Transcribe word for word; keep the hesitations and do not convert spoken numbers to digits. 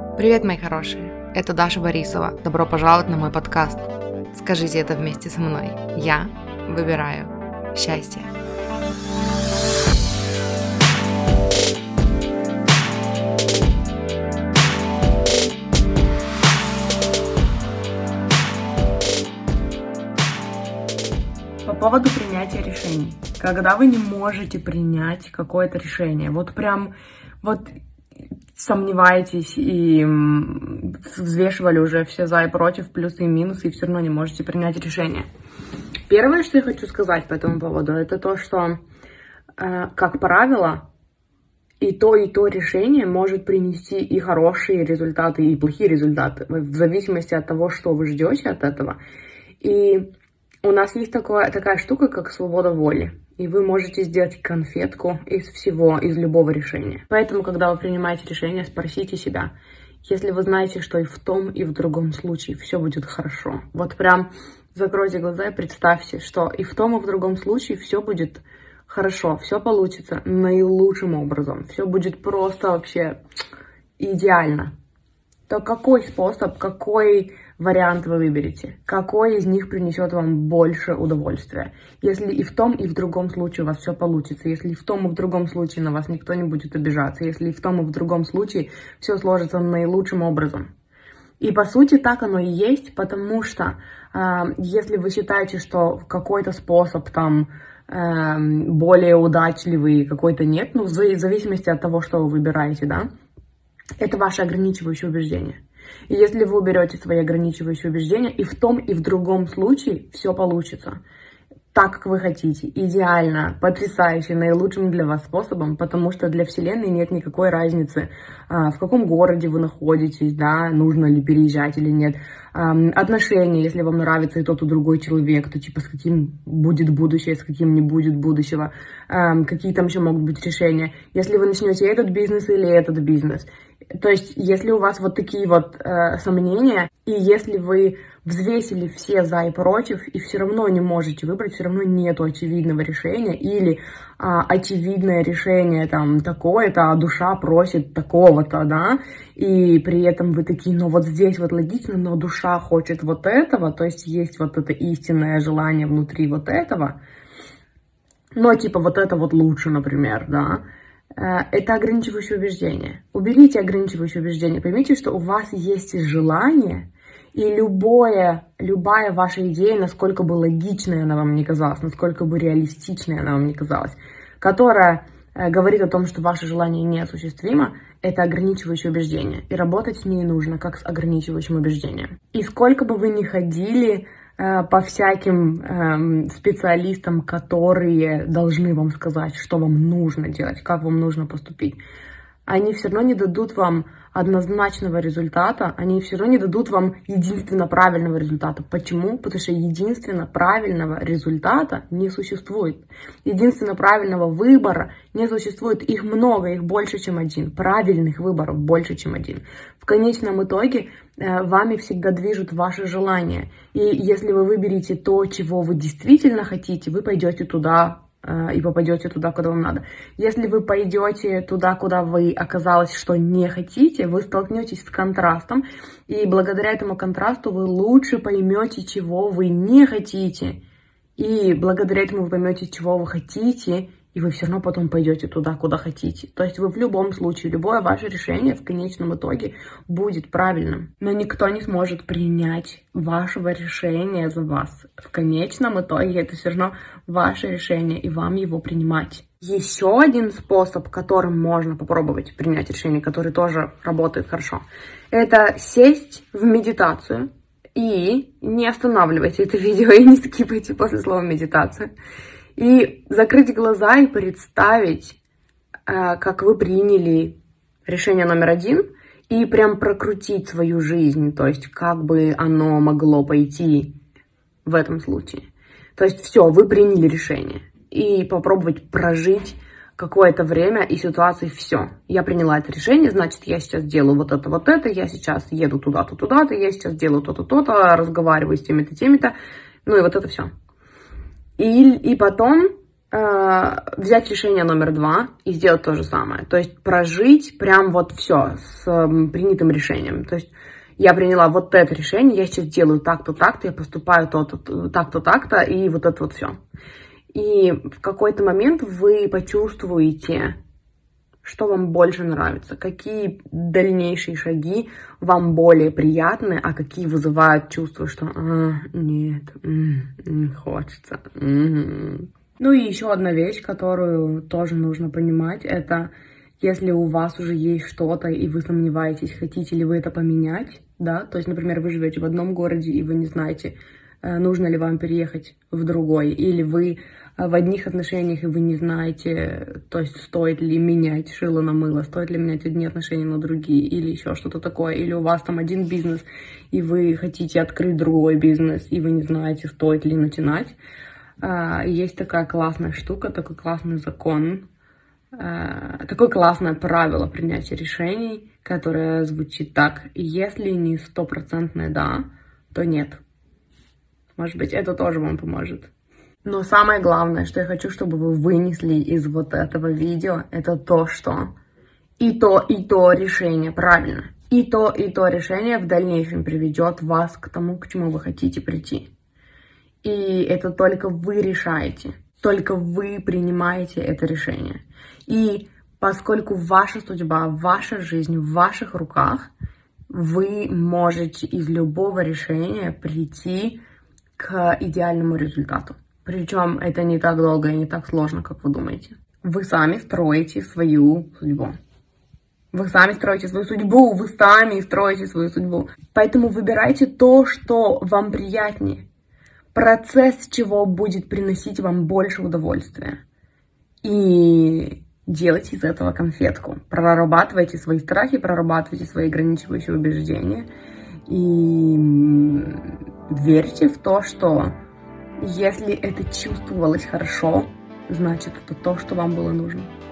Привет, мои хорошие! Это Даша Борисова. Добро пожаловать на мой подкаст. Скажите это вместе со мной. Я выбираю счастье. По поводу принятия решений. Когда вы не можете принять какое-то решение, вот прям вот сомневаетесь и взвешивали уже все за и против, плюсы и минусы, и все равно не можете принять решение. Первое, что я хочу сказать по этому поводу, это то, что, э, как правило, и то, и то решение может принести и хорошие результаты, и плохие результаты, в зависимости от того, что вы ждете от этого. И у нас есть такое, такая штука, как свобода воли. И вы можете сделать конфетку из всего, из любого решения. Поэтому, когда вы принимаете решение, спросите себя, если вы знаете, что и в том, и в другом случае все будет хорошо. Вот прям закройте глаза и представьте, что и в том, и в другом случае все будет хорошо, все получится наилучшим образом. Все будет просто вообще идеально. То какой способ, какой вариант вы выберете? Какой из них принесет вам больше удовольствия? Если и в том, и в другом случае у вас все получится, если и в том, и в другом случае на вас никто не будет обижаться, если и в том, и в другом случае все сложится наилучшим образом. И по сути так оно и есть, потому что э, если вы считаете, что какой-то способ там э, более удачливый, какой-то нет, ну в зависимости от того, что вы выбираете, да, это ваше ограничивающее убеждение. И если вы уберете свои ограничивающие убеждения, и в том, и в другом случае все получится так, как вы хотите, идеально, потрясающе, наилучшим для вас способом, потому что для Вселенной нет никакой разницы, в каком городе вы находитесь, да, нужно ли переезжать или нет. Отношения, если вам нравится и тот, и другой человек, то типа с каким будет будущее, с каким не будет будущего, какие там еще могут быть решения. Если вы начнете этот бизнес или этот бизнес. То есть, если у вас вот такие вот э, сомнения, и если вы взвесили все за и против, и все равно не можете выбрать, все равно нету очевидного решения, или э, очевидное решение там такое-то, а душа просит такого-то, да, и при этом вы такие, ну вот здесь вот логично, но душа хочет вот этого, то есть есть вот это истинное желание внутри вот этого, но типа вот это вот лучше, например, да. Это ограничивающее убеждение. Уберите ограничивающее убеждение. Поймите, что у вас есть желание, и любое, любая ваша идея, насколько бы логичной она вам не казалась, насколько бы реалистичной она вам не казалась, которая говорит о том, что ваше желание неосуществимо, это ограничивающее убеждение. И работать с ней нужно, как с ограничивающим убеждением. И сколько бы вы ни ходили по всяким эм, специалистам, которые должны вам сказать, что вам нужно делать, как вам нужно поступить, они все равно не дадут вам однозначного результата, они все равно не дадут вам единственно правильного результата. Почему? Потому что единственно правильного результата не существует. Единственно правильного выбора не существует. Их много, их больше, чем один. Правильных выборов больше, чем один. В конечном итоге э, вами всегда движут ваши желания. И если вы выберете то, чего вы действительно хотите, вы пойдете туда, и попадете туда, куда вам надо. Если вы пойдете туда, куда вы оказалось, что не хотите, вы столкнетесь с контрастом, и благодаря этому контрасту вы лучше поймете, чего вы не хотите. И благодаря этому вы поймете, чего вы хотите, и вы все равно потом пойдете туда, куда хотите. То есть вы в любом случае, любое ваше решение в конечном итоге будет правильным. Но никто не сможет принять вашего решения за вас. В конечном итоге это все равно ваше решение, и вам его принимать. Еще один способ, которым можно попробовать принять решение, который тоже работает хорошо, это сесть в медитацию и не останавливайте это видео и не скипайте после слова медитация. И закрыть глаза и представить, как вы приняли решение номер один, и прям прокрутить свою жизнь, то есть как бы оно могло пойти в этом случае. То есть все, вы приняли решение, и попробовать прожить какое-то время и ситуации все. Я приняла это решение, значит, я сейчас делаю вот это, вот это, я сейчас еду туда-то, туда-то, я сейчас делаю то-то, то-то, разговариваю с теми-то, теми-то, ну и вот это все. И, и потом взять решение номер два и сделать то же самое. То есть прожить прям вот все с принятым решением. То есть я приняла вот это решение, я сейчас делаю так-то, так-то, я поступаю то-то, так-то, так-то, и вот это вот все. И в какой-то момент вы почувствуете, что вам больше нравится, какие дальнейшие шаги вам более приятны, а какие вызывают чувство, что а, нет, не хочется. М-м-м. Ну и еще одна вещь, которую тоже нужно понимать, это если у вас уже есть что-то, и вы сомневаетесь, хотите ли вы это поменять, да, то есть, например, вы живете в одном городе, и вы не знаете, нужно ли вам переехать в другой, или вы в одних отношениях, и вы не знаете, то есть, стоит ли менять шило на мыло, стоит ли менять одни отношения на другие, или еще что-то такое, или у вас там один бизнес, и вы хотите открыть другой бизнес, и вы не знаете, стоит ли начинать. Есть такая классная штука, такой классный закон, такое классное правило принятия решений, которое звучит так: если не стопроцентное да, то нет. Может быть, это тоже вам поможет. Но самое главное, что я хочу, чтобы вы вынесли из вот этого видео, это то, что и то, и то решение правильно. И то, и то решение в дальнейшем приведет вас к тому, к чему вы хотите прийти. И это только вы решаете, только вы принимаете это решение. И поскольку ваша судьба, ваша жизнь в ваших руках, вы можете из любого решения прийти к идеальному результату. Причем это не так долго и не так сложно, как вы думаете. Вы сами строите свою судьбу. Вы сами строите свою судьбу, вы сами строите свою судьбу. Поэтому выбирайте то, что вам приятнее. Процесс, чего будет приносить вам больше удовольствия. И делайте из этого конфетку. Прорабатывайте свои страхи, прорабатывайте свои ограничивающие убеждения. И верьте в то, что если это чувствовалось хорошо, значит, это то, что вам было нужно.